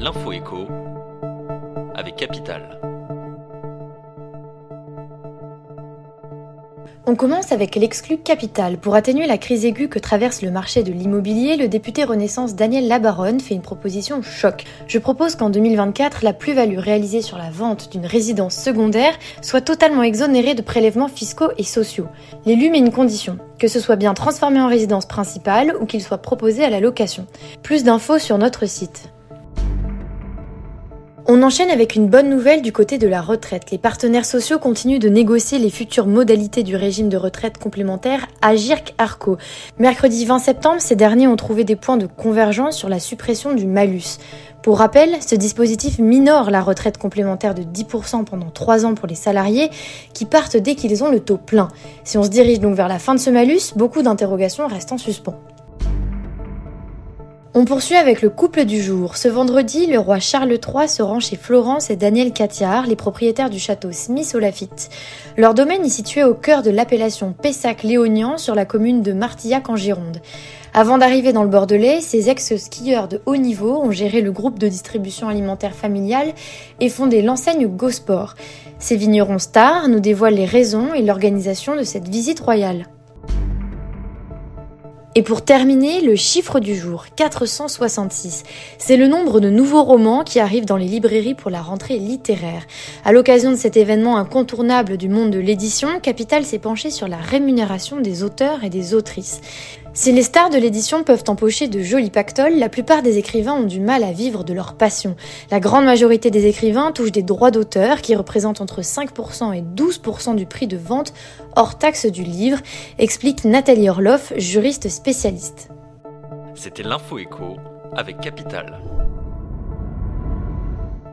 l'info écho avec Capital. On commence avec l'exclu Capital. Pour atténuer la crise aiguë que traverse le marché de l'immobilier, le député Renaissance Daniel Labaronne fait une proposition choc. Je propose qu'en 2024, la plus-value réalisée sur la vente d'une résidence secondaire soit totalement exonérée de prélèvements fiscaux et sociaux. L'élu met une condition, que ce soit bien transformé en résidence principale ou qu'il soit proposé à la location. Plus d'infos sur notre site. On enchaîne avec une bonne nouvelle du côté de la retraite. Les partenaires sociaux continuent de négocier les futures modalités du régime de retraite complémentaire Agirc-Arrco. Mercredi 20 septembre, ces derniers ont trouvé des points de convergence sur la suppression du malus. Pour rappel, ce dispositif minore la retraite complémentaire de 10% pendant 3 ans pour les salariés qui partent dès qu'ils ont le taux plein. Si on se dirige donc vers la fin de ce malus, beaucoup d'interrogations restent en suspens. On poursuit avec le couple du jour. Ce vendredi, le roi Charles III se rend chez Florence et Daniel Cathiard, les propriétaires du château Smith au Lafitte. Leur domaine est situé au cœur de l'appellation Pessac-Léognan sur la commune de Martillac en Gironde. Avant d'arriver dans le Bordelais, ces ex-skieurs de haut niveau ont géré le groupe de distribution alimentaire familiale et fondé l'enseigne GoSport. Ces vignerons stars nous dévoilent les raisons et l'organisation de cette visite royale. Et pour terminer, le chiffre du jour, 466. C'est le nombre de nouveaux romans qui arrivent dans les librairies pour la rentrée littéraire. À l'occasion de cet événement incontournable du monde de l'édition, Capital s'est penché sur la rémunération des auteurs et des autrices. Si les stars de l'édition peuvent empocher de jolis pactoles, la plupart des écrivains ont du mal à vivre de leur passion. La grande majorité des écrivains touchent des droits d'auteur qui représentent entre 5% et 12% du prix de vente hors taxe du livre, explique Nathalie Orloff, juriste spécialiste. C'était l'info écho avec Capital.